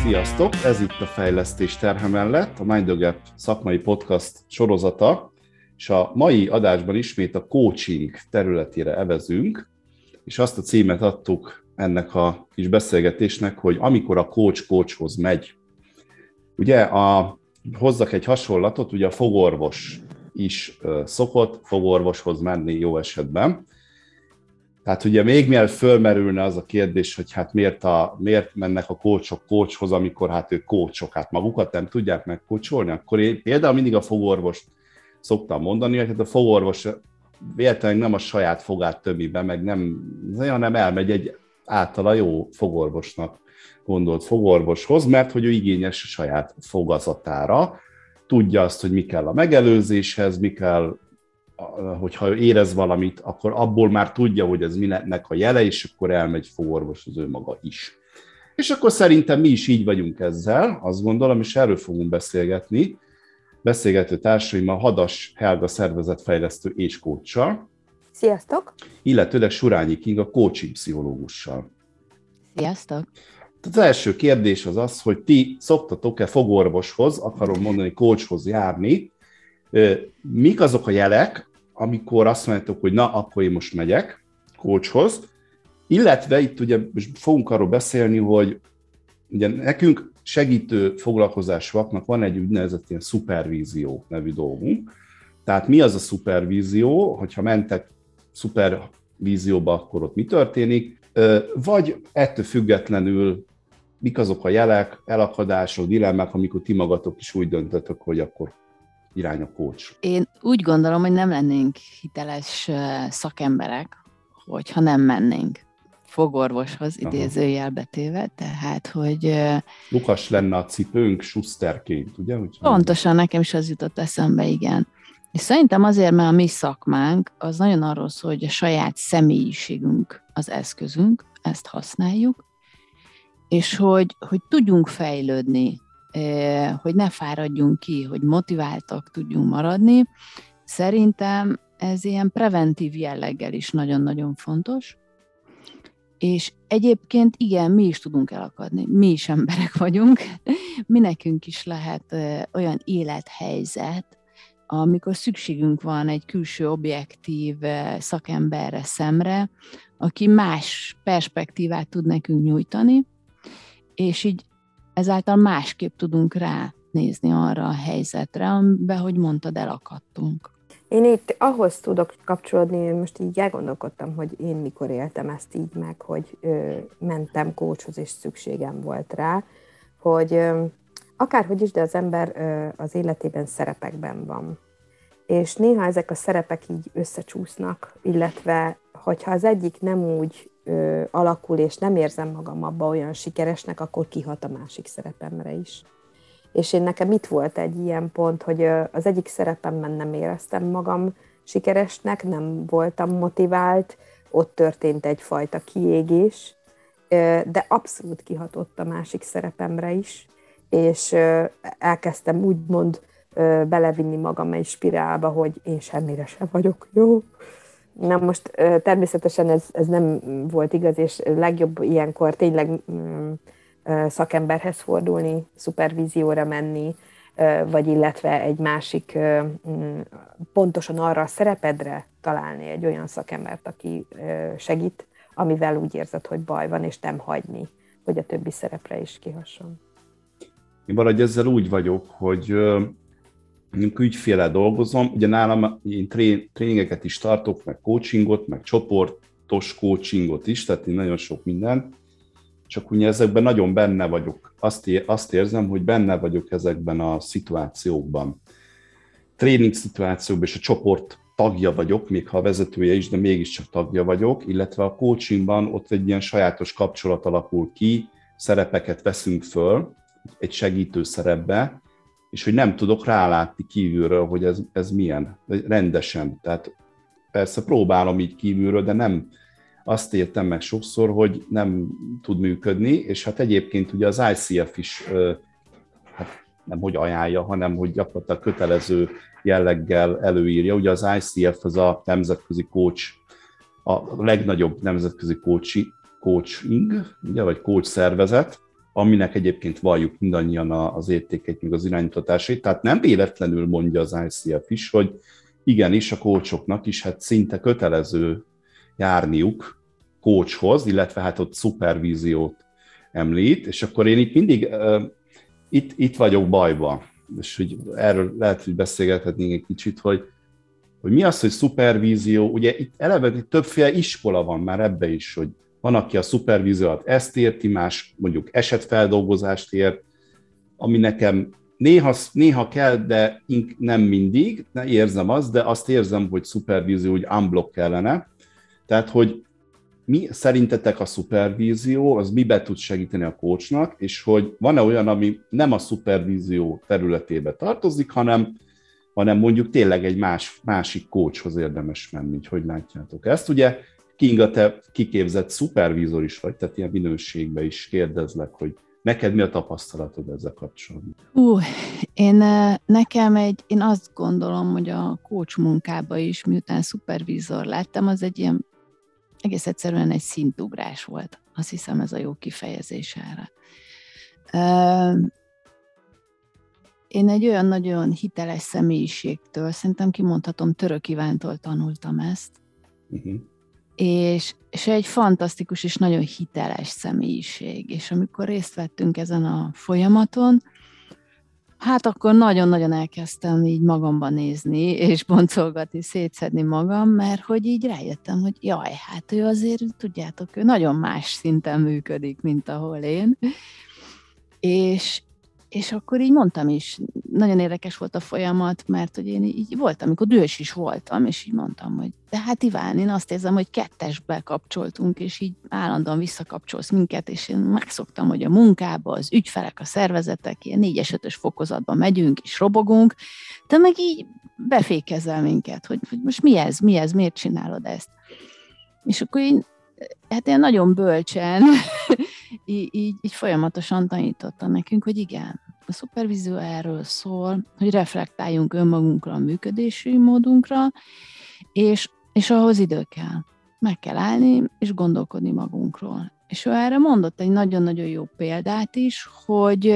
Sziasztok! Ez itt a Fejlesztés terhe mellett, a Mind the Gap szakmai podcast sorozata, és a mai adásban ismét a coaching területére evezünk, és azt a címet adtuk ennek a kis beszélgetésnek, hogy amikor a coach coachhoz megy. Ugye hozzak egy hasonlatot, ugye a fogorvos is szokott fogorvoshoz menni jó esetben. Tehát ugye még mielőtt fölmerülne az a kérdés, hogy hát miért mennek a coachok coachhoz, amikor hát ők coachok, hát magukat nem tudják megcoacholni, akkor én például mindig a fogorvost szoktam mondani, hogy hát a fogorvos véletlenül nem a saját fogát tömi be, meg nem, hanem elmegy egy általa jó fogorvosnak gondolt fogorvoshoz, mert hogy ő igényes a saját fogazatára, tudja azt, hogy mi kell a megelőzéshez, mi kell, hogyha ő érez valamit, akkor abból már tudja, hogy ez minek a jele, és akkor elmegy fogorvoshoz ő maga is. És akkor szerintem mi is így vagyunk ezzel, azt gondolom, és erről fogunk beszélgetni. Beszélgető társaimmal Hadas Helga szervezetfejlesztő és coachsal. Sziasztok! Illetőleg Surányi Kinga coaching pszichológussal. Sziasztok! Az első kérdés az az, hogy ti szoktatok-e fogorvoshoz, akarom mondani coachhoz járni. Mik azok a jelek, amikor azt mondjátok, hogy na, akkor én most megyek coachhoz, illetve itt ugye fogunk arról beszélni, hogy ugye nekünk segítő foglalkozásúaknak van egy úgynevezett ilyen szupervízió nevű dolgunk. Tehát mi az a szupervízió, hogyha mentek szupervízióba, akkor ott mi történik, vagy ettől függetlenül mik azok a jelek, elakadások, dilemmák, amikor ti magatok is úgy döntötök, hogy akkor irány a coach. Én úgy gondolom, hogy nem lennénk hiteles szakemberek, hogyha nem mennénk fogorvoshoz, idézőjelbe téve, tehát, hogy... Lukas lenne a cipőnk Schusterként, ugye? Pontosan, nekem is az jutott eszembe, igen. És szerintem azért, mert a mi szakmánk az nagyon arról szól, hogy a saját személyiségünk az eszközünk, ezt használjuk, és hogy tudjunk fejlődni, hogy ne fáradjunk ki, hogy motiváltak tudjunk maradni. Szerintem ez ilyen preventív jelleggel is nagyon-nagyon fontos. És egyébként igen, mi is tudunk elakadni, mi is emberek vagyunk, mi nekünk is lehet olyan élethelyzet, amikor szükségünk van egy külső objektív szakemberre szemre, aki más perspektívát tud nekünk nyújtani, és így ezáltal másképp tudunk ránézni arra a helyzetre, amiben, hogy mondtad, elakadtunk. Én itt ahhoz tudok kapcsolódni, most így elgondolkodtam, hogy én mikor éltem ezt így meg, hogy mentem coachhoz, és szükségem volt rá, hogy akárhogy is, de az ember az életében szerepekben van. És néha ezek a szerepek így összecsúsznak, illetve hogyha az egyik nem úgy alakul, és nem érzem magam abba olyan sikeresnek, akkor kihat a másik szerepemre is. És nekem itt volt egy ilyen pont, hogy az egyik szerepemben nem éreztem magam sikeresnek, nem voltam motivált, ott történt egyfajta kiégés, de abszolút kihatott a másik szerepemre is, és elkezdtem úgymond belevinni magam egy spirálba, hogy én semmire sem vagyok jó. Na most természetesen ez nem volt igaz, és legjobb ilyenkor tényleg szakemberhez fordulni, szupervízióra menni, vagy illetve egy másik, pontosan arra a szerepedre találni egy olyan szakembert, aki segít, amivel úgy érzed, hogy baj van, és nem hagyni, hogy a többi szerepre is kihasson. Én valahogy ezzel úgy vagyok, hogy ügyféllel dolgozom, ugye nálam én tréningeket is tartok, meg coachingot, meg csoportos coachingot is, tehát én nagyon sok minden, csak ugye ezekben nagyon benne vagyok. Azt érzem, hogy benne vagyok ezekben a szituációkban. Tréning szituációkban és a csoport tagja vagyok, még ha a vezetője is, de mégiscsak tagja vagyok, illetve a coachingban ott egy ilyen sajátos kapcsolat alakul ki, szerepeket veszünk föl egy segítő szerepbe, és hogy nem tudok rálátni kívülről, hogy ez milyen, rendesen. Tehát persze próbálom így kívülről, de nem azt értem meg sokszor, hogy nem tud működni, és hát egyébként ugye az ICF is hát nem hogy ajánlja, hanem hogy gyakorlatilag kötelező jelleggel előírja. Ugye az ICF az a nemzetközi coach, a legnagyobb nemzetközi coaching, ugye, vagy coach szervezet, aminek egyébként valljuk mindannyian az értékeit, meg az iránymutatásait. Tehát nem véletlenül mondja az ICF is, hogy igenis a coachoknak is hát szinte kötelező járniuk coachhoz, illetve hát ott szupervíziót említ, és akkor én itt mindig itt vagyok bajban, és hogy erről lehet, hogy beszélgethetnénk egy kicsit, hogy mi az, hogy szupervízió. Ugye itt eleve többféle iskola van már ebbe is, hogy van, aki a szupervízió alatt ezt érti, más mondjuk esetfeldolgozást ért, ami nekem néha kell, de nem mindig, érzem azt, de azt érzem, hogy szupervízió úgy unblock kellene. Tehát, hogy mi szerintetek a szupervízió, az mibe tud segíteni a coachnak, és hogy van-e olyan, ami nem a szupervízió területébe tartozik, hanem mondjuk tényleg egy másik coachhoz érdemes menni, hogy látjátok ezt. Ugye Kinga, te kiképzett szupervízor is vagy, tehát ilyen minőségben is kérdezlek, hogy neked mi a tapasztalatod ezzel kapcsolatban? Én azt gondolom, hogy a coach munkába is, miután szupervízor lettem, az egy ilyen egész egyszerűen egy szintugrás volt. Azt hiszem, ez a jó kifejezés erre. Én egy olyan nagyon hiteles személyiségtől, szerintem kimondhatom, Török Ivántól tanultam ezt, és egy fantasztikus és nagyon hiteles személyiség. És amikor részt vettünk ezen a folyamaton, hát akkor nagyon-nagyon elkezdtem így magamban nézni, és boncolgatni, szétszedni magam, mert hogy így rájöttem, hogy jaj, hát ő azért, tudjátok, ő nagyon más szinten működik, mint ahol én. És akkor így mondtam is, nagyon érdekes volt a folyamat, mert hogy én így voltam, amikor dühös is voltam, és így mondtam, hogy de hát Iván, én azt érzem, hogy kettesbe kapcsoltunk, és így állandóan visszakapcsolsz minket, és én megszoktam, hogy a munkába, az ügyfelek, a szervezetek, ilyen 4-5-ös fokozatban megyünk, és robogunk, te meg így befékezel minket, hogy most mi ez, miért csinálod ezt? És akkor én nagyon bölcsen így folyamatosan tanította nekünk, hogy igen, a szupervízió erről szól, hogy reflektáljunk önmagunkra, a működési módunkra, és ahhoz idő kell. Meg kell állni, és gondolkodni magunkról. És ő erre mondott egy nagyon-nagyon jó példát is, hogy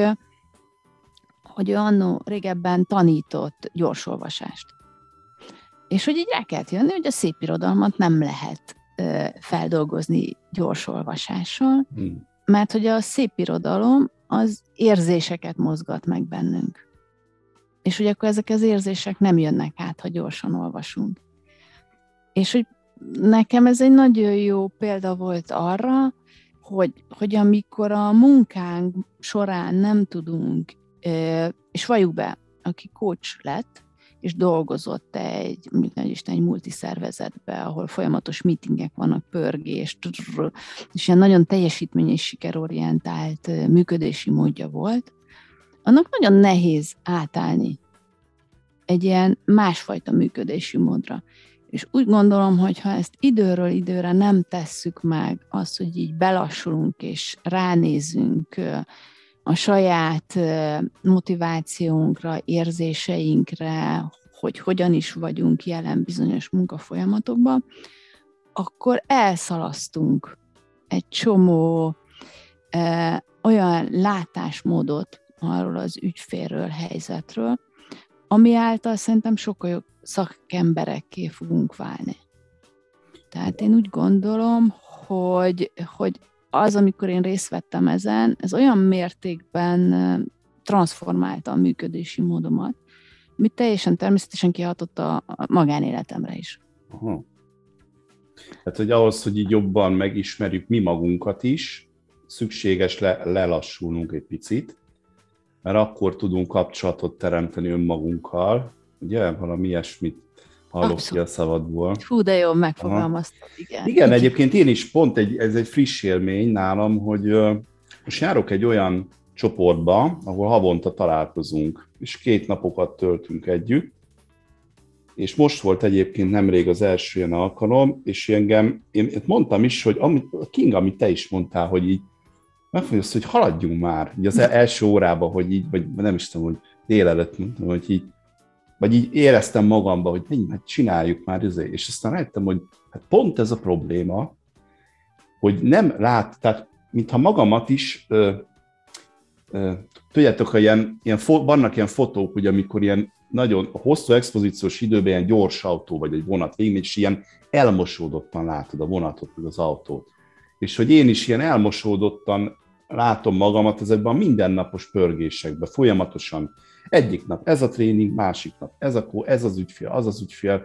ő annó régebben tanított gyorsolvasást. És hogy így rá kellett jönni, hogy a szép irodalmat nem lehet feldolgozni gyorsolvasással, mert hogy a szép irodalom az érzéseket mozgat meg bennünk. És hogy akkor ezek az érzések nem jönnek át, ha gyorsan olvasunk. És hogy nekem ez egy nagyon jó példa volt arra, hogy amikor a munkánk során nem tudunk, és valljuk be, aki coach lett, és dolgozott egy multiszervezetbe, ahol folyamatos meetingek vannak, pörgés, és ilyen nagyon teljesítmény és sikerorientált működési módja volt, annak nagyon nehéz átállni egy ilyen másfajta működési módra. És úgy gondolom, hogy ha ezt időről időre nem tesszük meg, azt, hogy így belassulunk és ránézünk a saját motivációnkra, érzéseinkre, hogy hogyan is vagyunk jelen bizonyos munkafolyamatokban, akkor elszalasztunk egy csomó olyan látásmódot arról az ügyfélről, helyzetről, ami által szerintem sokkal jobb szakemberekké fogunk válni. Tehát én úgy gondolom, hogy az, amikor én részt vettem ezen, ez olyan mértékben transformálta a működési módomat, ami teljesen természetesen kihatott a magánéletemre is. Aha. Hát, hogy ahhoz, hogy így jobban megismerjük mi magunkat is, szükséges lelassulnunk egy picit, mert akkor tudunk kapcsolatot teremteni önmagunkkal, ugye? Valami ilyesmit hallok ki a szavadból. Hú, de jól megfogalmaztad, igen. Igen, egyébként én is pont ez egy friss élmény nálam, hogy most járok egy olyan csoportba, ahol havonta találkozunk, és 2 napokat töltünk együtt, és most volt egyébként nemrég az első ilyen alkalom, és én mondtam is, hogy amit te is mondtál, hogy így megfogja, hogy haladjunk már, így az első órában, hogy így, vagy nem is tudom, hogy délelőtt mondtam, hogy így, vagy így éreztem magamba, hogy hát csináljuk már ezért, és aztán rájöttem, hogy hát pont ez a probléma, hogy nem lát, tehát mintha magamat is tudjátok, ha vannak ilyen fotók, ugye, amikor ilyen nagyon hosszú expozíciós időben ilyen gyors autó vagy egy vonat végigmegy, és ilyen elmosódottan látod a vonatot, vagy az autót. És hogy én is ilyen elmosódottan látom magamat ezekben a mindennapos pörgésekben, folyamatosan. Egyik nap ez a tréning, másik nap ez az ügyfél, az az ügyfél,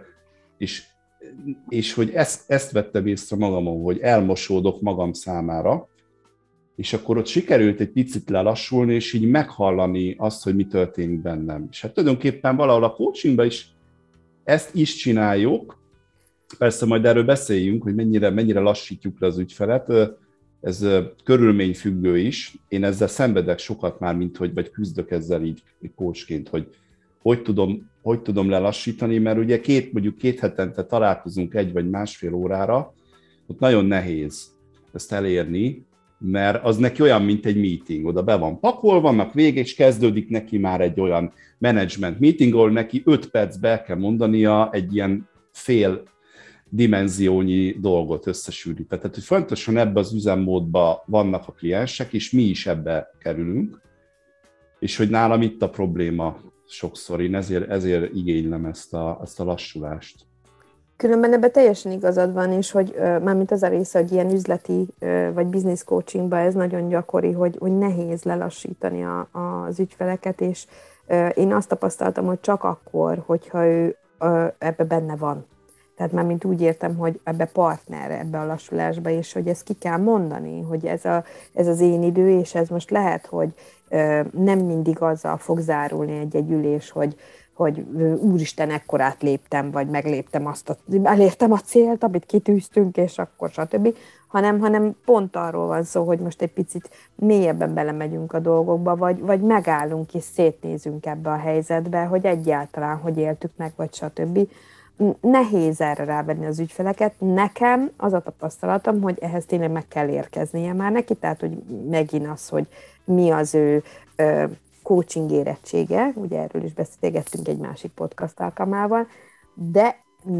és hogy ezt vettem észre magamon, hogy elmosódok magam számára, és akkor ott sikerült egy picit lelassulni, és így meghallani azt, hogy mi történik bennem. És hát tulajdonképpen valahol a coachingban is ezt is csináljuk, persze majd erről beszéljünk, hogy mennyire lassítjuk le az ügyfelet, ez körülményfüggő is. Én ezzel szenvedek sokat már, vagy küzdök ezzel így coachként, hogy tudom lelassítani, mert ugye mondjuk két hetente találkozunk 1 vagy másfél órára, ott nagyon nehéz ezt elérni, mert az neki olyan, mint egy meeting. Oda be van pakolva, vannak vége, és kezdődik neki már egy olyan management meeting, ahol neki 5 percbe el kell mondania egy ilyen fél dimenziónyi dolgot összesűrít. Tehát, hogy fontosan ebben az üzemmódban vannak a kliensek, és mi is ebbe kerülünk, és hogy nálam itt a probléma sokszor, én ezért igénylem ezt a lassulást. Különben ebben teljesen igazad van, és hogy mármint az a része, hogy ilyen üzleti vagy business coachingban ez nagyon gyakori, hogy nehéz lelassítani az ügyfeleket, és én azt tapasztaltam, hogy csak akkor, hogyha ő ebbe benne van. Tehát mármint úgy értem, hogy ebbe partner, ebbe a lassulásba, és hogy ezt ki kell mondani, hogy ez az én idő, és ez most lehet, hogy nem mindig azzal fog zárulni egy ülés, hogy úristen, ekkorát léptem, vagy megléptem elértem a célt, amit kitűztünk, és akkor stb., hanem pont arról van szó, hogy most egy picit mélyebben belemegyünk a dolgokba, vagy megállunk és szétnézünk ebbe a helyzetbe, hogy egyáltalán hogy éltük meg, vagy stb. Nehéz erre rávenni az ügyfeleket. Nekem az a tapasztalatom, hogy ehhez tényleg meg kell érkeznie már neki, tehát hogy megint az, hogy mi az ő coaching érettsége, ugye erről is beszélgettünk egy másik podcast alkalmával, de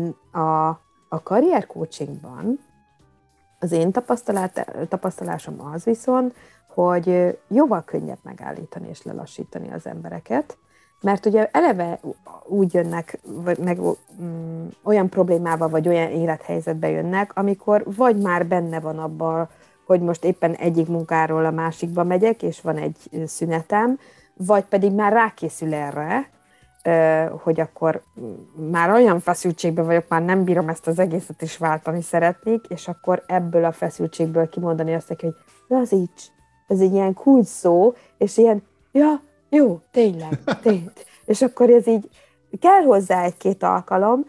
a karrier coachingban az én tapasztalásom az viszont, hogy jóval könnyebb megállítani és lelassítani az embereket, mert ugye eleve úgy jönnek, meg olyan problémával, vagy olyan élethelyzetbe jönnek, amikor vagy már benne van abban, hogy most éppen egyik munkáról a másikba megyek, és van egy szünetem, vagy pedig már rákészül erre, hogy akkor már olyan feszültségben vagyok, már nem bírom ezt az egészet is váltani szeretnék, és akkor ebből a feszültségből kimondani azt neki, hogy lazíts, ez egy ilyen kulcs szó, és ilyen, ja, jó, tényleg. És akkor ez így, kell hozzá 1-2 alkalom,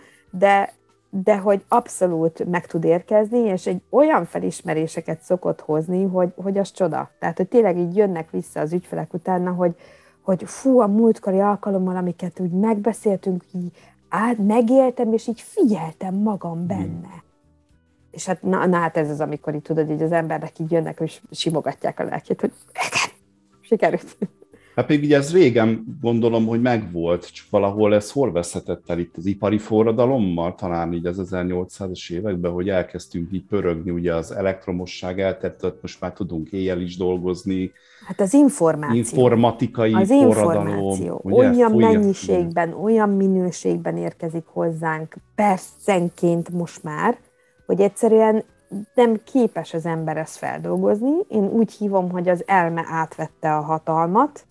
de hogy abszolút meg tud érkezni, és egy olyan felismeréseket szokott hozni, hogy az csoda. Tehát, hogy tényleg így jönnek vissza az ügyfelek utána, hogy fú, a múltkori alkalommal, amiket úgy megbeszéltünk, így megéltem, és így figyeltem magam benne. És hát ez az, amikor így tudod, így az embernek így jönnek, és simogatják a lelkét, hogy igen, sikerült. Hát pedig ugye ez régen gondolom, hogy megvolt, csak valahol ez hol veszhetett el itt az ipari forradalommal, talán így az 1800-as években, hogy elkezdtünk így pörögni, ugye az elektromosság eltett, most már tudunk éjjel is dolgozni. Hát az információ. Informatikai az forradalom. Információ. Olyan mennyiségben, olyan minőségben érkezik hozzánk percenként most már, hogy egyszerűen nem képes az ember ezt feldolgozni. Én úgy hívom, hogy az elme átvette a hatalmat,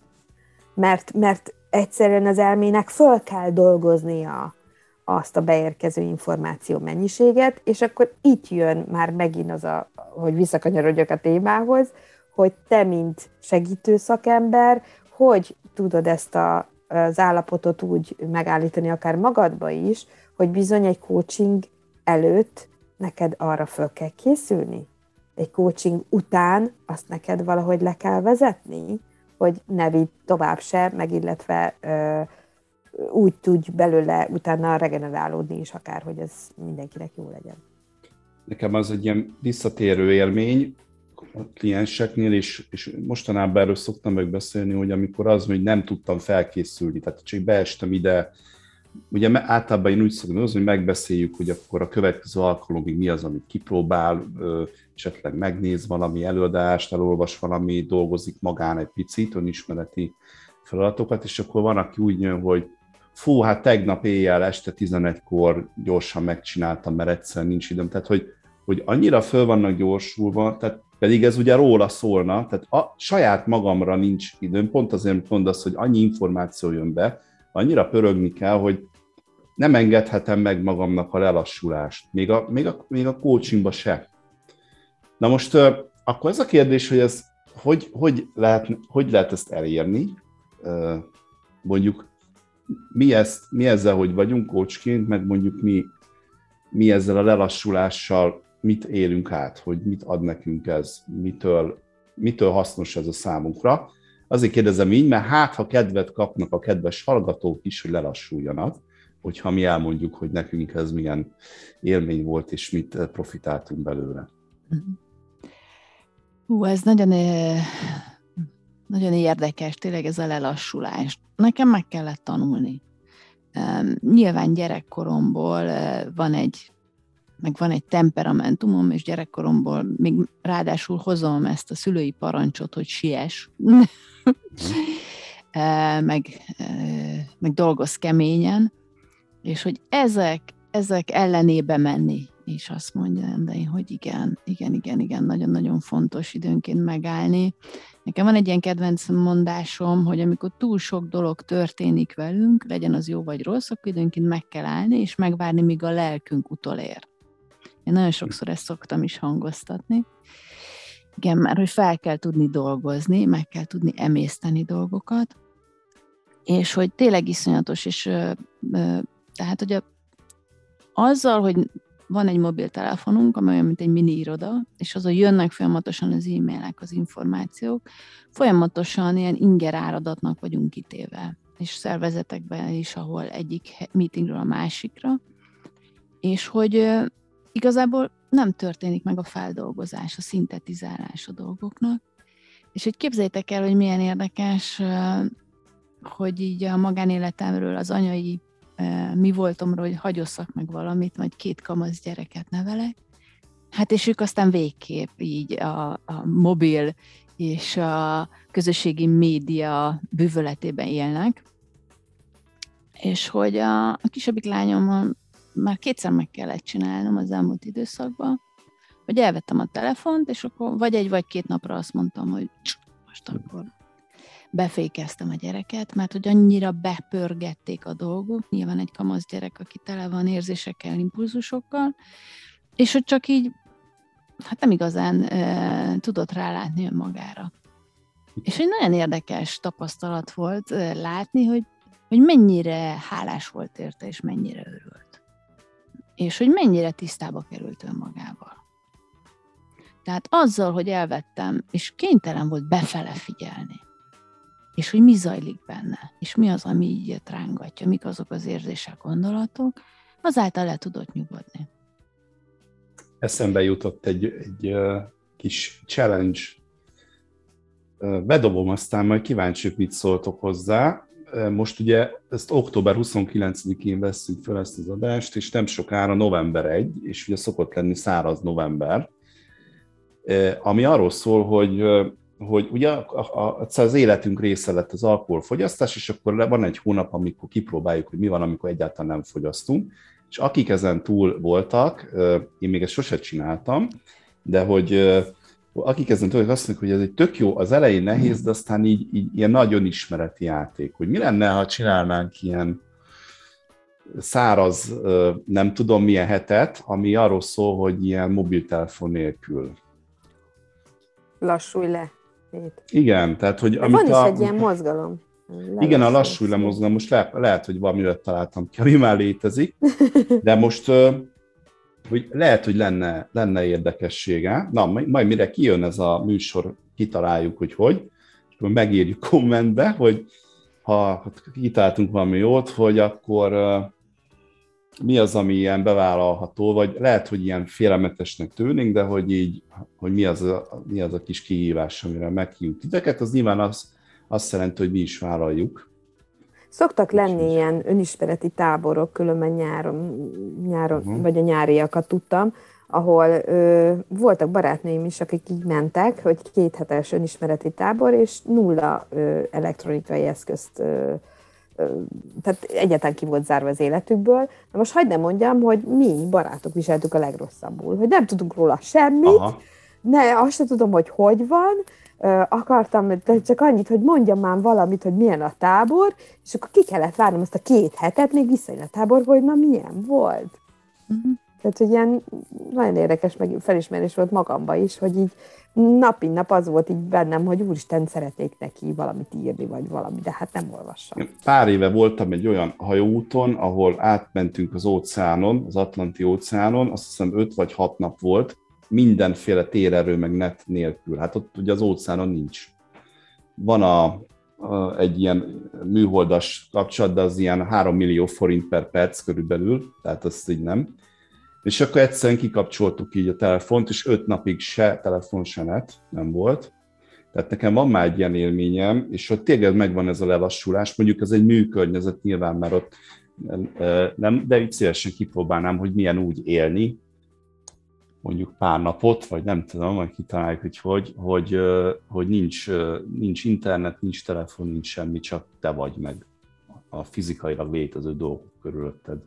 mert egyszerűen az elmének föl kell dolgoznia azt a beérkező információ mennyiséget, és akkor itt jön már megint az, hogy visszakanyarodjak a témához, hogy te, mint segítő szakember, hogy tudod ezt az állapotot úgy megállítani akár magadba is, hogy bizony egy coaching előtt neked arra föl kell készülni. Egy coaching után azt neked valahogy le kell vezetni, hogy ne vidd tovább se, meg illetve úgy tudj belőle utána regenerálódni is akár, hogy ez mindenkinek jó legyen. Nekem az egy ilyen visszatérő élmény a klienseknél, és mostanában erről szoktam megbeszélni, hogy amikor az, hogy nem tudtam felkészülni, tehát csak beestem ide ugye általában én úgy szoktam hozni, hogy megbeszéljük, hogy akkor a következő alkalomig mi az, amit kipróbál, esetleg megnéz valami előadást, elolvas valami, dolgozik magán egy picit, önismereti feladatokat, és akkor van, aki úgy jön, hogy fú, hát tegnap éjjel este 11-kor gyorsan megcsináltam, mert egyszerűen nincs időm. Tehát, hogy annyira föl vannak gyorsulva, tehát pedig ez ugye róla szólna, tehát a saját magamra nincs időm, pont azért mondasz, hogy annyi információ jön be, annyira pörögni kell, hogy nem engedhetem meg magamnak a lelassulást, még a coachingba se. Na most akkor ez a kérdés, hogy ez hogy lehet ezt elérni, mondjuk mi ezzel, hogy vagyunk coachként, meg mondjuk mi ezzel a lelassulással mit élünk át, hogy mit ad nekünk ez, mitől hasznos ez a számunkra. Azért kérdezem így, mert ha kedvet kapnak a kedves hallgatók is, hogy lelassuljanak, hogyha mi elmondjuk, hogy nekünk ez milyen élmény volt, és mit profitáltunk belőle. Ez nagyon érdekes, tényleg ez a lelassulás. Nekem meg kellett tanulni. Nyilván gyerekkoromból van egy temperamentumom, és gyerekkoromból még ráadásul hozom ezt a szülői parancsot, hogy siess, meg dolgozz keményen, és hogy ezek ellenébe menni, és azt mondjam, de én, hogy igen, nagyon-nagyon fontos időnként megállni. Nekem van egy ilyen kedvenc mondásom, hogy amikor túl sok dolog történik velünk, legyen az jó vagy rossz, akkor időnként meg kell állni, és megvárni, míg a lelkünk utolér. Én nagyon sokszor ezt szoktam is hangoztatni. Igen, mert hogy fel kell tudni dolgozni, meg kell tudni emészteni dolgokat, és hogy tényleg iszonyatos, és tehát, hogy azzal, hogy van egy mobiltelefonunk, amely olyan, mint egy mini iroda, és azon jönnek folyamatosan az e-mailek, az információk, folyamatosan ilyen ingeráradatnak vagyunk kitéve, és szervezetekben is, ahol egyik meetingről a másikra, és hogy igazából nem történik meg a feldolgozás, a szintetizálás a dolgoknak, és hogy képzeljétek el, hogy milyen érdekes, hogy így a magánéletemről, az anyai mi voltomról, hogy hagyosszak meg valamit, majd 2 kamasz gyereket nevelek. Hát és ők aztán végképp így a mobil és a közösségi média bűvöletében élnek. És hogy a kisebbik lányommal már 2-szer meg kellett csinálnom az elmúlt időszakban, hogy elvettem a telefont, és akkor vagy 1 vagy 2 napra azt mondtam, hogy most akkor befékeztem a gyereket, mert hogy annyira bepörgették a dolgok, nyilván egy kamasz gyerek, aki tele van érzésekkel, impulzusokkal, és hogy csak így, hát nem igazán tudott rálátni önmagára. És egy nagyon érdekes tapasztalat volt látni, hogy mennyire hálás volt érte, és mennyire örült. És hogy mennyire tisztába került önmagával. Tehát azzal, hogy elvettem, és kénytelen volt befele figyelni, és hogy mi zajlik benne, és mi az, ami így rángatja, mik azok az érzések, gondolatok, azáltal le tudott nyugodni. Eszembe jutott egy kis challenge. Bedobom, aztán majd kíváncsiak, mit szóltok hozzá. Most ugye ezt október 29-én vesszük fel ezt az adást, és nem sokára november 1, és ugye szokott lenni száraz november, ami arról szól, hogy ugye az életünk része lett az alkoholfogyasztás, és akkor van egy hónap, amikor kipróbáljuk, hogy mi van, amikor egyáltalán nem fogyasztunk, és akik ezen túl voltak, én még ezt sose csináltam, de hogy akik ezen túl, azt mondják, hogy ez egy tök jó, az elején nehéz, de aztán így ilyen nagyon ismereti játék, hogy mi lenne, ha csinálnánk ilyen száraz, nem tudom milyen hetet, ami arról szól, hogy ilyen mobiltelefon nélkül. Lassulj le. Igen, tehát, hogy... Van is egy ilyen mozgalom. Igen, a lassulj le mozgalom, most lehet, hogy valamire találtam ki, ami már létezik, de most hogy lehet, hogy lenne érdekessége. Na, majd mire kijön ez a műsor, kitaláljuk, hogy, és akkor megírjuk kommentbe, hogy ha kitaláltunk valami jót, hogy akkor mi az, ami ilyen bevállalható, vagy lehet, hogy ilyen félelmetesnek tűnik, de hogy így, hogy mi az a kis kihívás, amire meghívjuk titeket, az nyilván azt jelenti, hogy mi is vállaljuk. Szoktak lenni ilyen önismereti táborok, különben nyáron vagy a nyáriakat tudtam, ahol voltak barátnőim is, akik így mentek, hogy 2 hetes önismereti tábor, és 0 elektronikai eszközt, tehát egyáltalán ki volt zárva az életükből. Na most hagyd ne mondjam, hogy mi barátok viseltük a legrosszabbul, hogy nem tudunk róla semmit, azt sem tudom, hogy van, akartam csak annyit, hogy mondjam már valamit, hogy milyen a tábor, és akkor ki kellett várnom azt a 2 hetet, még visszajön a táborba, hogy na milyen volt. Tehát, hogy ilyen nagyon érdekes felismerés volt magamba is, hogy így nap mint nap az volt így bennem, hogy úristen, szeretnék neki valamit írni, vagy valami, de hát nem olvassam. Pár éve voltam egy olyan hajóúton, ahol átmentünk az óceánon, az Atlanti óceánon, azt hiszem 5 vagy 6 nap volt, mindenféle térerő, meg net nélkül. Hát ott ugye az óceánon nincs. Van egy ilyen műholdas kapcsolat, de az ilyen 3 millió forint per perc körülbelül, tehát azt így nem. És akkor egyszerűen kikapcsoltuk így a telefont, és 5 napig se telefon, se net nem volt. Tehát nekem van már egy ilyen élményem, és ott tényleg megvan ez a lelassulás, mondjuk ez egy műkörnyezet nyilván, mert ott nem, de így szívesen kipróbálnám, hogy milyen úgy élni, mondjuk pár napot, vagy nem tudom, majd kitaláljuk, hogy nincs internet, nincs telefon, nincs semmi, csak te vagy meg a fizikailag létező dolgok körülötted.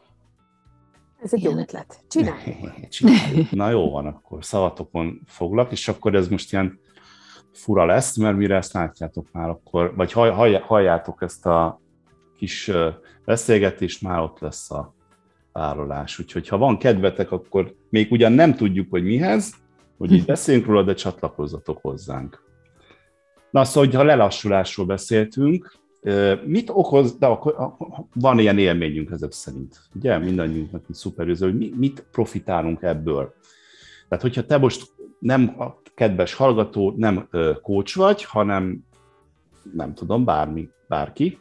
Ez egy jó ötlet. Csináljuk. Na jó van, akkor szavatokon foglak, és akkor ez most ilyen fura lesz, mert mire ezt látjátok már akkor, vagy halljátok ezt a kis beszélgetést, már ott lesz a árulás. Úgyhogy ha van kedvetek, akkor még ugyan nem tudjuk, hogy mihez, hogy így beszéljünk róla, de csatlakozzatok hozzánk. Na szóval, ha lelassulásról beszéltünk, mit okoz, de akkor van ilyen élményünk ezek szerint, ugye? Mindannyiunknak így szuperüző, hogy mit profitálunk ebből. Tehát, hogyha te most nem a kedves hallgató, nem coach vagy, hanem nem tudom, bárki,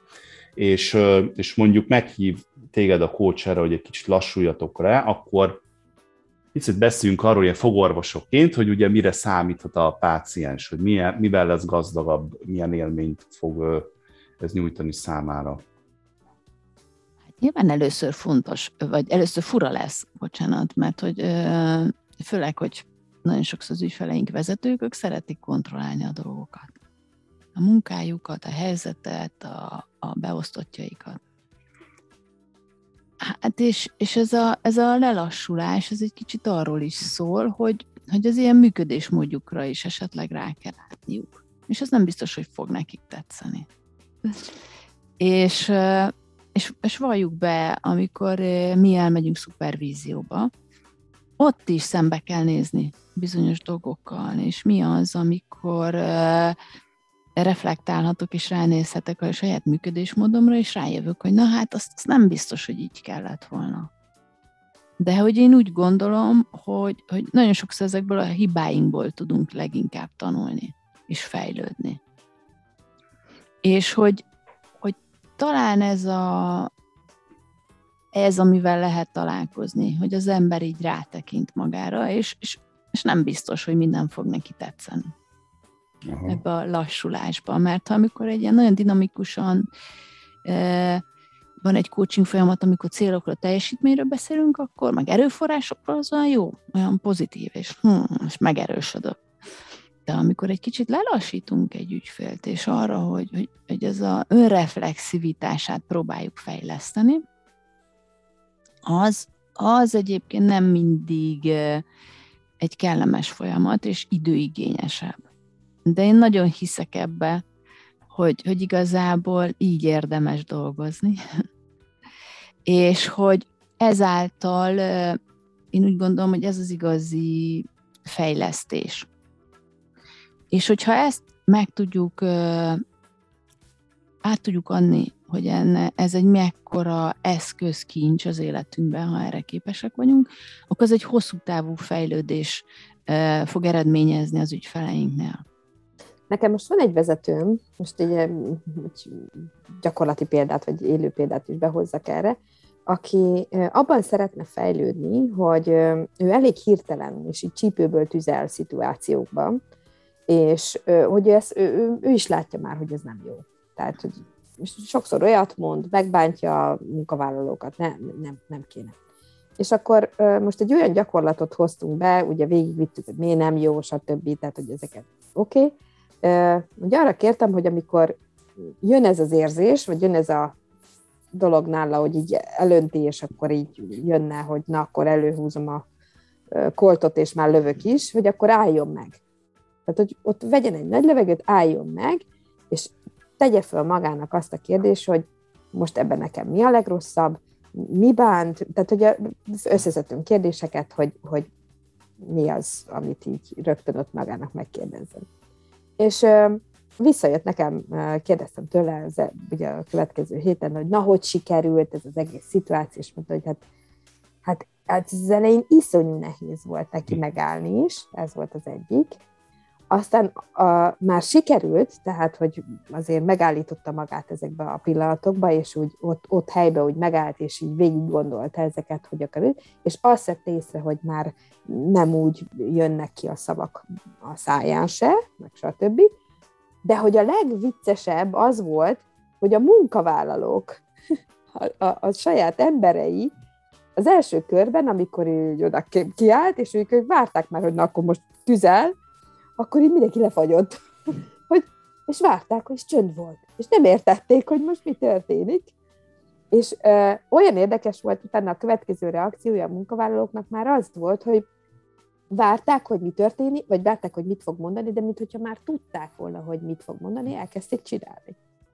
és mondjuk meghív téged a coach erre, hogy egy kicsit lassuljatok rá, akkor picit beszéljünk arról ilyen fogorvosokként, hogy ugye mire számíthat a páciens, hogy mivel lesz gazdagabb, milyen élményt fog ez nyújtani számára. Nyilván először fontos, vagy először fura lesz, bocsánat, mert hogy főleg, hogy nagyon sokszor az ügyfeleink vezetők, ők szeretik kontrollálni a dolgokat. A munkájukat, a helyzetet, a beosztottjaikat. Hát és ez a lelassulás, ez egy kicsit arról is szól, hogy az ilyen működésmódjukra is esetleg rá kell látniuk. És ez nem biztos, hogy fog nekik tetszeni. És valljuk be, amikor mi elmegyünk szupervízióba, ott is szembe kell nézni bizonyos dolgokkal, és mi az, amikor reflektálhatok, és ránézhetek a saját működésmódomra, és rájövök, hogy na hát azt nem biztos, hogy így kellett volna. De hogy én úgy gondolom, hogy nagyon sokszor ezekből a hibáinkból tudunk leginkább tanulni, és fejlődni. És hogy talán ez, amivel lehet találkozni, hogy az ember így rátekint magára, és nem biztos, hogy minden fog neki tetszeni. Aha. Ebbe a lassulásba, mert amikor egy ilyen nagyon dinamikusan van egy coaching folyamat, amikor célokról, teljesítményről beszélünk, akkor meg erőforrásokról az olyan jó, olyan pozitív, és megerősödök. De amikor egy kicsit lelassítunk egy ügyfélt, és arra, hogy ez az önreflexivitását próbáljuk fejleszteni, az egyébként nem mindig egy kellemes folyamat, és időigényesebb. De én nagyon hiszek ebbe, hogy igazából így érdemes dolgozni. És hogy ezáltal én úgy gondolom, hogy ez az igazi fejlesztés. És hogyha ezt meg tudjuk, át tudjuk adni, hogy ez egy mekkora eszközkincs az életünkben, ha erre képesek vagyunk, akkor az egy hosszú távú fejlődés fog eredményezni az ügyfeleinknél. Nekem most van egy vezetőm, most egy gyakorlati példát, vagy élő példát is behozzak erre, aki abban szeretne fejlődni, hogy ő elég hirtelen, és így csípőből tüzel szituációkban, és hogy ő is látja már, hogy ez nem jó. Tehát, hogy sokszor olyat mond, megbántja a munkavállalókat, nem kéne. És akkor most egy olyan gyakorlatot hoztunk be, ugye végigvittük, hogy miért nem jó, stb. Tehát, hogy ezeket oké. Ugye arra kértem, hogy amikor jön ez az érzés, vagy jön ez a dolog nála, hogy így elönti, és akkor így jönne, hogy na, akkor előhúzom a koltot, és már lövök is, hogy akkor álljon meg. Tehát, hogy ott vegyen egy nagy levegőt, álljon meg, és tegye föl magának azt a kérdést, hogy most ebben nekem mi a legrosszabb, mi bánt, tehát hogy összeszedtünk kérdéseket, hogy mi az, amit így rögtön ott magának megkérdezzen. És visszajött nekem, kérdeztem tőle ugye a következő héten, hogy na, hogy sikerült ez az egész szituáció, és mondta, hogy hát az elején iszonyú nehéz volt neki megállni is, ez volt az egyik. Aztán már sikerült, tehát, hogy azért megállította magát ezekbe a pillanatokba, és úgy ott helyben úgy megállt, és így végig gondolta ezeket, hogy akar, és azt vette észre, hogy már nem úgy jönnek ki a szavak a száján se, meg stb. De hogy a legviccesebb az volt, hogy a munkavállalók, a saját emberei az első körben, amikor ő oda kiállt, és ők várták már, hogy na, akkor most tüzel, akkor így mindenki lefagyott. És várták, hogy csönd volt. És nem értették, hogy most mi történik. És olyan érdekes volt utána a következő reakciója a munkavállalóknak már az volt, hogy várták, hogy mi történik, vagy várták, hogy mit fog mondani, de minthogyha már tudták volna, hogy mit fog mondani, elkezdték csinálni.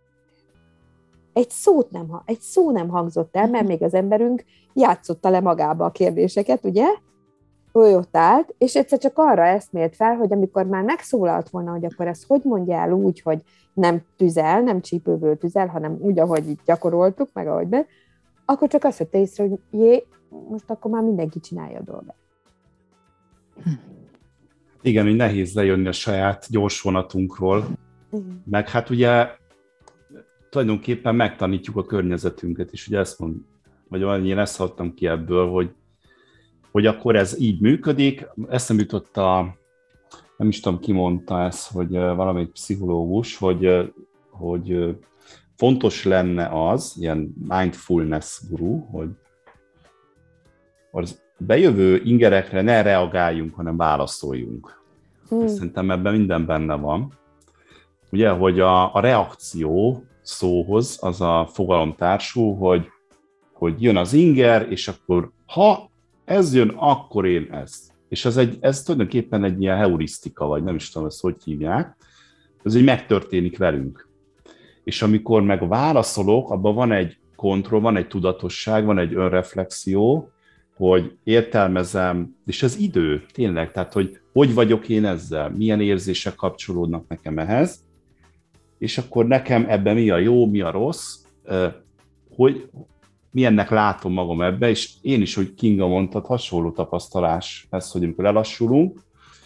Egy szó nem hangzott el, mert még az emberünk játszotta le magába a kérdéseket, ugye? Ő ott állt, és egyszer csak arra eszmélt fel, hogy amikor már megszólalt volna, hogy akkor ezt hogy mondja el úgy, hogy nem tüzel, nem csípőből tüzel, hanem úgy, ahogy itt gyakoroltuk, meg ahogy be, akkor csak azt vette észre, hogy most akkor már mindenki csinálja a dolgát. Igen, hogy nehéz lejönni a saját gyors vonatunkról, meg hát ugye tulajdonképpen megtanítjuk a környezetünket, és ugye ezt mondom, vagy én ezt hallottam ki ebből, hogy akkor ez így működik. Eszembe jutott nem is tudom, ki mondta ezt, hogy valamelyik pszichológus, hogy fontos lenne az, ilyen mindfulness guru, hogy az bejövő ingerekre ne reagáljunk, hanem válaszoljunk. Szerintem ebben minden benne van. Ugye, hogy a reakció szóhoz az a fogalom társul, hogy jön az inger, és akkor ha ez jön, akkor én ezt. És ez tulajdonképpen egy ilyen heurisztika, vagy nem is tudom, ezt hogy hívják, ez így megtörténik velünk. És amikor meg válaszolok, abban van egy kontroll, van egy tudatosság, van egy önreflexió, hogy értelmezem, és ez idő, tényleg, tehát hogy vagyok én ezzel, milyen érzések kapcsolódnak nekem ehhez, és akkor nekem ebben mi a jó, mi a rossz, hogy milyennek látom magam ebbe, és én is, hogy Kinga mondtad, hasonló tapasztalás ez, hogy amikor lelassulunk,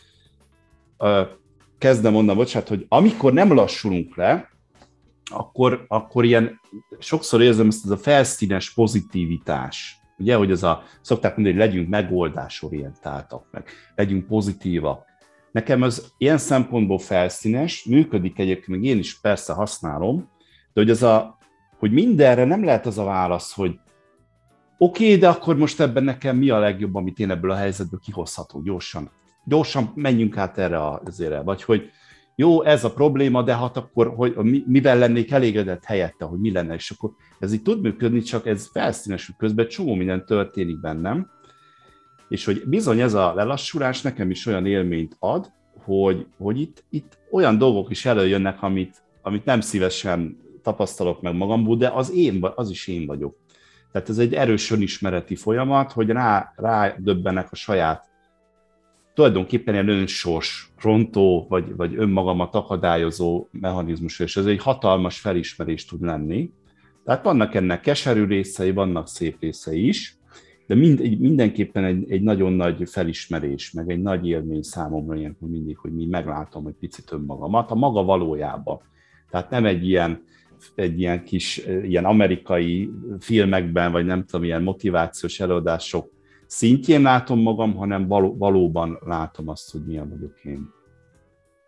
kezdem onnan, bocsánat, hogy amikor nem lassulunk le, akkor ilyen, sokszor érzem ezt a felszínes pozitivitás. Ugye, hogy szokták mondani, hogy legyünk megoldásorientáltak, meg legyünk pozitívak. Nekem ez ilyen szempontból felszínes, működik egyébként, meg én is persze használom, de hogy hogy mindenre nem lehet az a válasz, hogy oké, de akkor most ebben nekem mi a legjobb, amit én ebből a helyzetből kihozhatok gyorsan menjünk át erre azért, vagy hogy jó, ez a probléma, de hát akkor mivel lennék elégedett helyette, hogy mi lenne, és akkor ez így tud működni, csak ez felszínes, közben csomó minden történik bennem, és hogy bizony ez a lelassulás nekem is olyan élményt ad, hogy itt olyan dolgok is előjönnek, amit nem szívesen tapasztalok meg magamból, de az is én vagyok. Tehát ez egy erős önismereti folyamat, hogy rádöbbenek a saját tulajdonképpen ilyen önsors, rontó, vagy önmagamat akadályozó mechanizmus, és ez egy hatalmas felismerés tud lenni. Tehát vannak ennek keserű részei, vannak szép részei is, de mindenképpen egy nagyon nagy felismerés, meg egy nagy élmény számomra ilyenkor mindig, hogy meglátom egy picit önmagamat, a maga valójában. Tehát nem egy ilyen kis ilyen amerikai filmekben, vagy nem tudom, ilyen motivációs előadások szintjén látom magam, hanem valóban látom azt, hogy milyen vagyok én.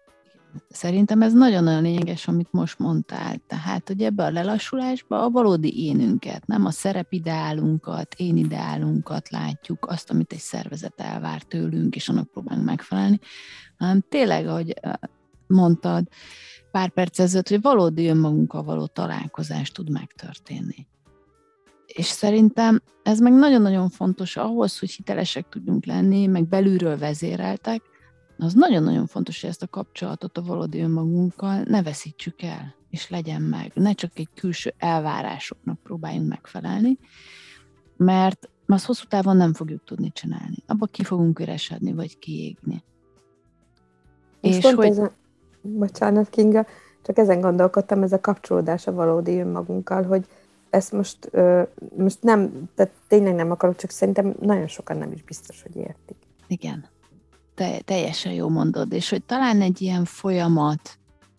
Szerintem ez nagyon-nagyon lényeges, amit most mondtál. Tehát, hogy ebbe a lelassulásba a valódi énünket, nem a szerepideálunkat, énideálunkat látjuk, azt, amit egy szervezet elvár tőlünk, és annak próbálunk megfelelni, hanem tényleg, ahogy mondtad pár perc ezelőtt, hogy valódi önmagunkkal való találkozás tud megtörténni. És szerintem ez meg nagyon-nagyon fontos ahhoz, hogy hitelesek tudjunk lenni, meg belülről vezéreltek, az nagyon-nagyon fontos, hogy ezt a kapcsolatot a valódi önmagunkkal ne veszítsük el, és legyen meg. Ne csak egy külső elvárásoknak próbáljunk megfelelni, mert azt hosszú távon nem fogjuk tudni csinálni. Abba ki fogunk üresedni, vagy kiégni. És hogy... Bocsánat, Kinga, csak ezen gondolkodtam, ez a kapcsolódás a valódi önmagunkkal, hogy ezt most nem, tehát tényleg nem akarok, csak szerintem nagyon sokan nem is biztos, hogy értik. Igen. Teljesen jó mondod, és hogy talán egy ilyen folyamat,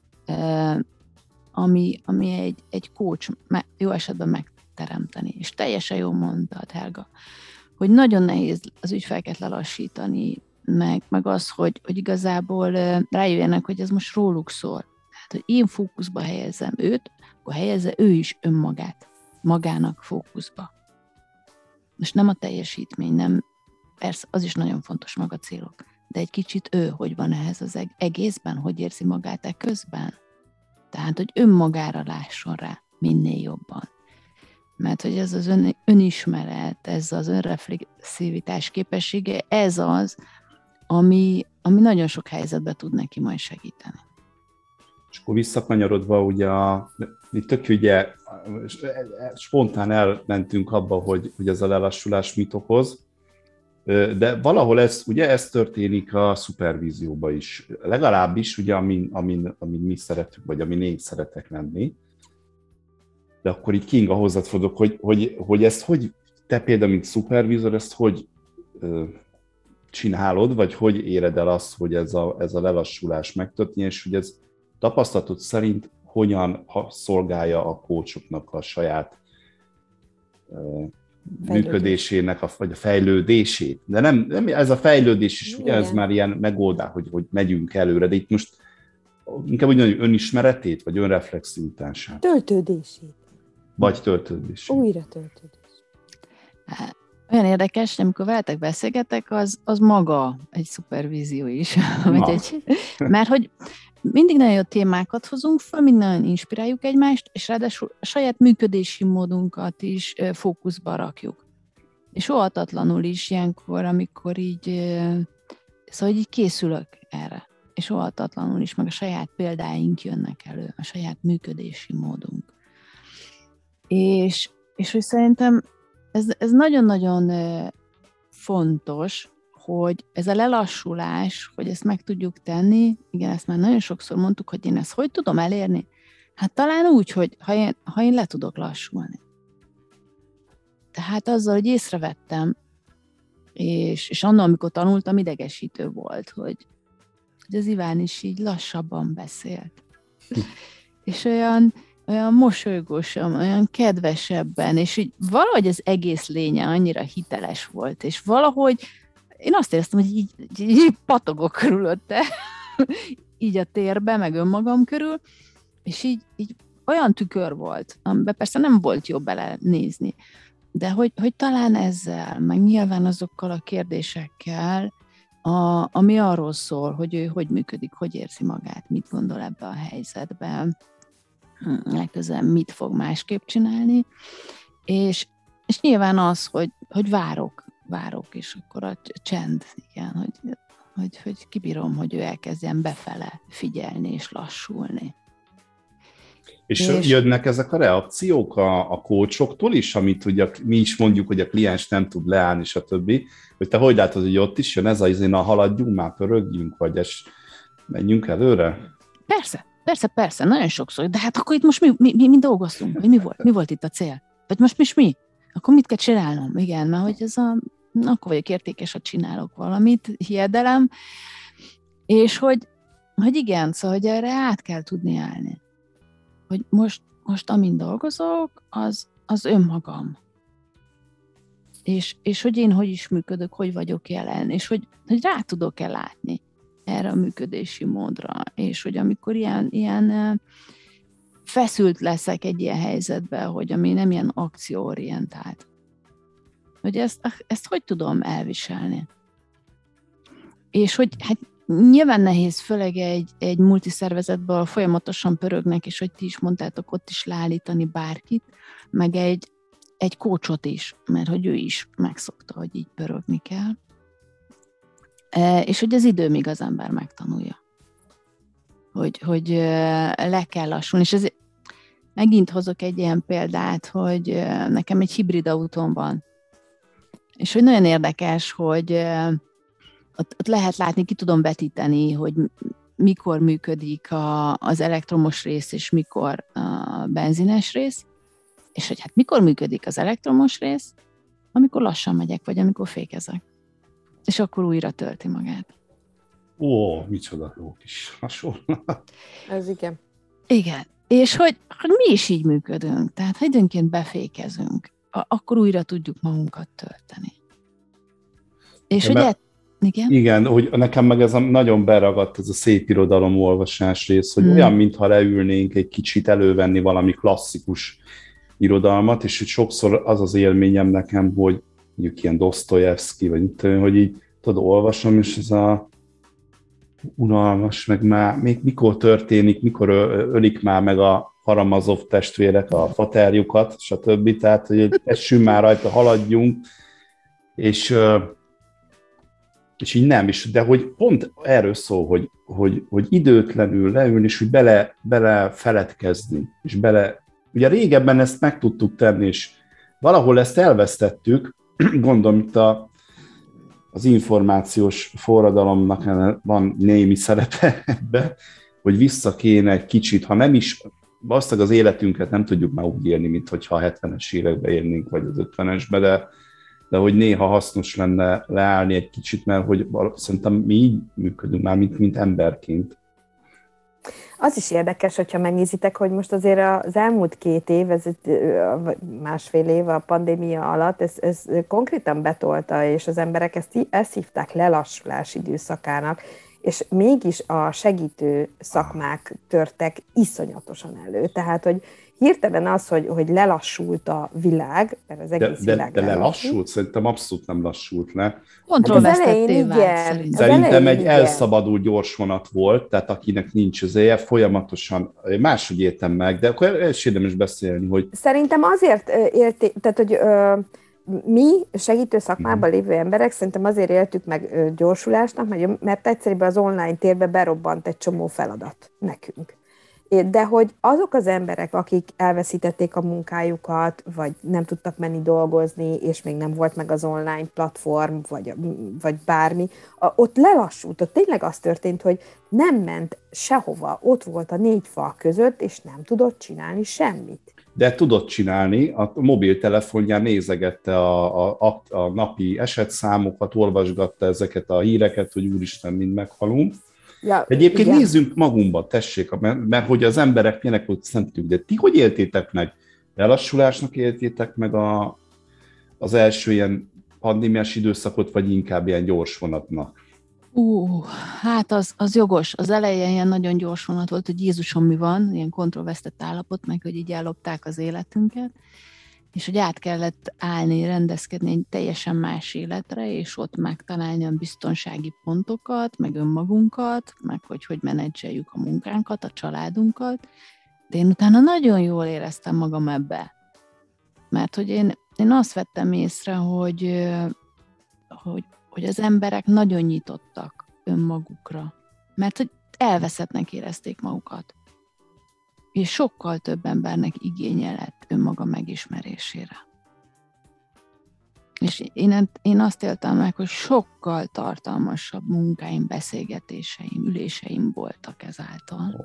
ami egy coach jó esetben megteremteni, és teljesen jó mondtad, Helga, hogy nagyon nehéz az ügyfeleket lelassítani, meg az, hogy igazából rájöjjenek, hogy ez most róluk szól. Tehát, hogy én fókuszba helyezem őt, akkor helyezze ő is önmagát, magának fókuszba. Most nem a teljesítmény, nem, persze az is nagyon fontos, maga célok, de egy kicsit ő, hogy van ehhez az egészben, hogy érzi magát közben. Tehát, hogy önmagára lásson rá minél jobban. Mert hogy ez az önismeret, ez az önreflexivitás képessége, ez az, ami nagyon sok helyzetben tud neki majd segíteni. És akkor visszakanyarodva, ugye, tök ugye spontán elmentünk abba, hogy ez a lelassulás mit okoz, de valahol ez történik a szupervízióban is. Legalábbis, ugye, amin mi szeretünk, vagy amin én szeretek lenni. De akkor így Kinga hozzád fordulok, hogy ezt hogy, te például, mint szupervízor, ezt hogy csinálod, vagy hogy éred el azt, hogy ez a lelassulás megtörténjen, és hogy ez tapasztalatod szerint hogyan szolgálja a coachoknak a saját működésének, vagy a fejlődését. De nem ez a fejlődés is, ugye ez már ilyen megoldás, hogy megyünk előre, de itt most inkább úgy mondjuk önismeretét, vagy önreflexivitását. Töltődését. Vagy töltődését. Újra töltődés. Olyan érdekes, hogy amikor veletek beszélgetek, az maga egy szupervízió is. Mert hogy mindig nagyon jó témákat hozunk föl, mindig nagyon inspiráljuk egymást, és ráadásul a saját működési módunkat is fókuszba rakjuk. És óhatatlanul is ilyenkor, amikor szóval így készülök erre. És óhatatlanul is, meg a saját példáink jönnek elő, a saját működési módunk. És hogy szerintem ez nagyon-nagyon fontos, hogy ez a lelassulás, hogy ezt meg tudjuk tenni, igen, ezt már nagyon sokszor mondtuk, hogy én ezt hogy tudom elérni? Hát talán úgy, hogy ha én le tudok lassulni. Tehát azzal, hogy észrevettem, és annak, amikor tanultam, idegesítő volt, hogy az Iván is így lassabban beszélt. És olyan mosolygósan, olyan kedvesebben, és így valahogy az egész lénye annyira hiteles volt, és valahogy én azt éreztem, hogy így patogok körülötte, így a térbe, meg önmagam körül, és így olyan tükör volt, amiben persze nem volt jó belenézni, de hogy talán ezzel, meg nyilván azokkal a kérdésekkel, ami arról szól, hogy ő hogy működik, hogy érzi magát, mit gondol ebbe a helyzetben, legközelebb mit fog másképp csinálni, és nyilván az, hogy várok, és akkor a csend, igen, hogy kibírom, hogy ő elkezdjen befele figyelni és lassulni. És jönnek ezek a reakciók a coachoktól is, amit ugye mi is mondjuk, hogy a kliens nem tud leállni, stb. Hogy te hogy látod, hogy ott is jön ez haladjunk már, pörögjünk, vagy menjünk előre? Persze, nagyon sokszor. De hát akkor itt most mi dolgoztunk? Vagy mi volt itt a cél? Vagy most mi? Akkor mit kell csinálnom? Igen, mert hogy akkor vagyok értékes, ha csinálok valamit, hiedelem. És hogy igen, szóval, hogy erre át kell tudni állni. Hogy most amin dolgozok, az önmagam. És hogy én hogy is működök, hogy vagyok jelen, és hogy rá tudok-e látni erre a működési módra, és hogy amikor ilyen feszült leszek egy ilyen helyzetben, hogy ami nem ilyen akcióorientált, hogy ezt hogy tudom elviselni? És hogy hát nyilván nehéz, főleg egy multiszervezetben folyamatosan pörögnek, és hogy ti is mondtátok, ott is leállítani bárkit, meg egy coachot is, mert hogy ő is megszokta, hogy így pörögni kell. És hogy az idő, míg az ember megtanulja. Hogy le kell lassulni. És ezért megint hozok egy ilyen példát, hogy nekem egy hibrid autóm van. És hogy nagyon érdekes, hogy ott lehet látni, ki tudom vetíteni, hogy mikor működik az elektromos rész, és mikor a benzines rész, és hogy hát mikor működik az elektromos rész, amikor lassan megyek, vagy amikor fékezek. És akkor újra tölti magát. Ó, micsoda jó kis hasonlat. Ez igen. Igen. És hogy mi is így működünk. Tehát, ha időnként befékezünk, akkor újra tudjuk magunkat tölteni. És ugye... Igen, hogy nekem meg ez nagyon beragadt ez a szép irodalom olvasás rész, hogy olyan, mintha leülnénk egy kicsit elővenni valami klasszikus irodalmat, és hogy sokszor az élményem nekem, hogy mondjuk ilyen Dostoyevsky, vagy mit tudom, hogy így tudod, olvasom, és ez a unalmas, meg már még mikor történik, mikor ölik már meg a Karamazov testvérek a faterjukat, stb. Tehát, hogy essünk már rajta, haladjunk, és így nem is, de hogy pont erről szól, hogy időtlenül leülni, és hogy bele feledkezni, és ugye régebben ezt meg tudtuk tenni, és valahol ezt elvesztettük, gondolom itt az információs forradalomnak van némi szerepe ebbe, hogy vissza kéne egy kicsit, ha nem is, valószínűleg az életünket nem tudjuk már úgy élni, mint hogyha a 70-es években élnénk, vagy az 50-esben, de hogy néha hasznos lenne leállni egy kicsit, mert hogy szerintem mi így működünk már, mint emberként. Az is érdekes, hogyha megnézitek, hogy most azért az elmúlt 2 év, másfél év a pandémia alatt, ez konkrétan betolta, és az emberek ezt hívták lelassulás időszakának, és mégis a segítő szakmák törtek iszonyatosan elő. Tehát, hogy hirtelen az, hogy lelassult a világ, mert az egész világ de lelassult? Szerintem abszolút nem lassult le. Kontrollvesztetté vált. Szerintem egy elszabadult gyorsvonat volt, tehát akinek nincs az éje, folyamatosan máshogy éltem meg, de akkor ez érdemes beszélni, hogy... Szerintem azért tehát, hogy mi segítő szakmában lévő emberek szerintem azért éltük meg gyorsulásnak, mert egyszerűen az online térbe berobbant egy csomó feladat nekünk. De hogy azok az emberek, akik elveszítették a munkájukat, vagy nem tudtak menni dolgozni, és még nem volt meg az online platform, vagy bármi, ott lelassult, ott tényleg az történt, hogy nem ment sehova, ott volt a 4 fal között, és nem tudott csinálni semmit. De tudott csinálni, a mobiltelefonján nézegette a napi esetszámokat, olvasgatta ezeket a híreket, hogy úristen, mind meghalunk. Ja, egyébként igen. Nézzünk magunkba, tessék, mert hogy az emberek milyenek volt szentük, de ti hogy éltétek meg? Lelassulásnak éltétek meg az első ilyen pandémiás időszakot, vagy inkább ilyen gyors vonatnak? Hát az jogos. Az elején ilyen nagyon gyors vonat volt, hogy Jézusom mi van, ilyen kontrollvesztett állapot, meg hogy így ellopták az életünket, és hogy át kellett állni, rendezkedni egy teljesen más életre, és ott megtalálni a biztonsági pontokat, meg önmagunkat, meg hogy menedzseljük a munkánkat, a családunkat. De én utána nagyon jól éreztem magam ebbe. Mert hogy én azt vettem észre, hogy az emberek nagyon nyitottak önmagukra. Mert hogy elveszettnek érezték magukat. És sokkal több embernek igénye lett önmaga megismerésére. És én azt éltem meg, hogy sokkal tartalmasabb munkáim, beszélgetéseim, üléseim voltak ezáltal.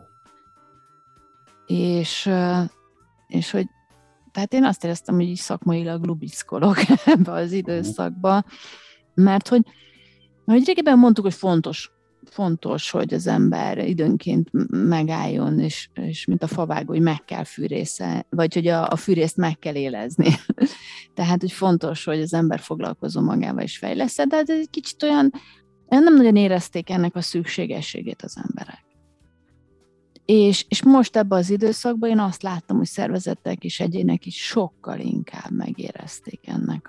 És hogy tehát én azt éreztem, hogy így szakmailag lubickolok ebbe az időszakba, mert hogy régebben mondtuk, hogy fontos, hogy az ember időnként megálljon, és mint a favágó, hogy meg kell fűrésze, vagy hogy a fűrészt meg kell élezni. Tehát, hogy fontos, hogy az ember foglalkozó magával is fejlesz, de ez egy kicsit olyan nem nagyon érezték ennek a szükségességét az emberek. És most ebben az időszakban én azt láttam, hogy szervezetek és egyének is sokkal inkább megérezték ennek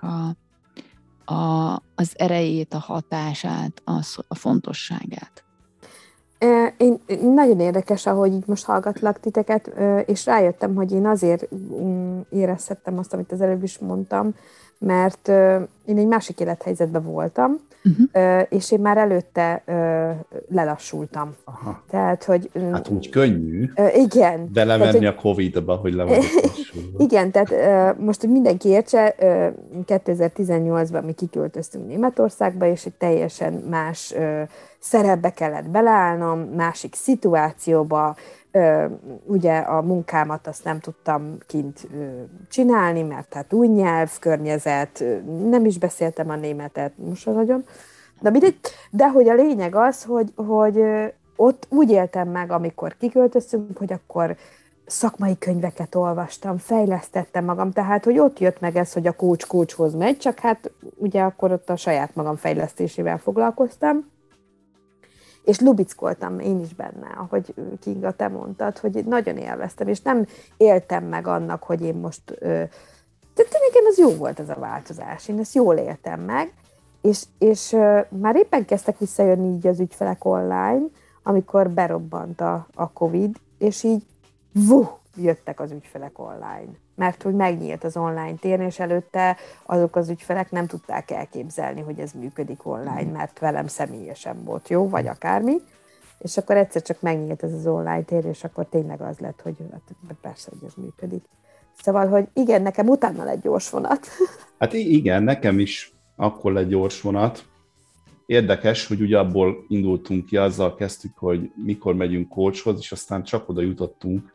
az erejét, a hatását, a fontosságát. Én nagyon érdekes, ahogy így most hallgatlak titeket, és rájöttem, hogy én azért érezhettem azt, amit az előbb is mondtam, mert én egy másik élethelyzetben voltam, és én már előtte lelassultam. Aha. Tehát, hogy... Hát úgy könnyű. Igen. Belemenni a Covid-ba, hogy le vagyok lassulva. Igen, tehát most, hogy mindenki értse, 2018-ban mi kiköltöztünk Németországba, és egy teljesen más szerepbe kellett beleállnom, másik szituációba, ugye a munkámat azt nem tudtam kint csinálni, mert hát új nyelv, környezet, nem is beszéltem a németet, most nagyon. De hogy a lényeg az, hogy ott úgy éltem meg, amikor kiköltöztünk, hogy akkor szakmai könyveket olvastam, fejlesztettem magam, tehát hogy ott jött meg ez, hogy a coachhoz megy, csak hát ugye akkor ott a saját magam fejlesztésével foglalkoztam, és lubickoltam én is benne, ahogy Kinga, te mondtad, hogy nagyon élveztem, és nem éltem meg annak, hogy én most... Tehát nekem az jó volt ez a változás, én ezt jól éltem meg, és már éppen kezdtek visszajönni így az ügyfelek online, amikor berobbant a Covid, és így jöttek az ügyfelek online. Mert hogy megnyílt az online tér, és előtte azok az ügyfelek nem tudták elképzelni, hogy ez működik online, mert velem személyesen volt jó, vagy akármi. És akkor egyszer csak megnyílt ez az online tér, és akkor tényleg az lett, hogy hát persze, hogy ez működik. Szóval, hogy igen, nekem utána lett gyors vonat. Hát igen, nekem is akkor lett gyors vonat. Érdekes, hogy ugye abból indultunk ki, azzal kezdtük, hogy mikor megyünk coachhoz, és aztán csak oda jutottunk,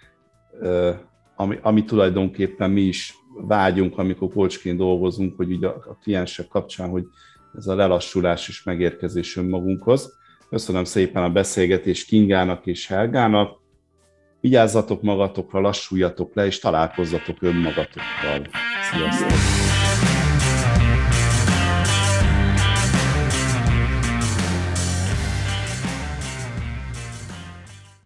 ami tulajdonképpen mi is vágyunk, amikor coachként dolgozunk, hogy ugye a kliensek kapcsán, hogy ez a lelassulás is megérkezés önmagunkhoz. Köszönöm szépen a beszélgetést Kingának és Helgának. Vigyázzatok magatokra, lassuljatok le, és találkozzatok önmagatokkal. Sziasztok!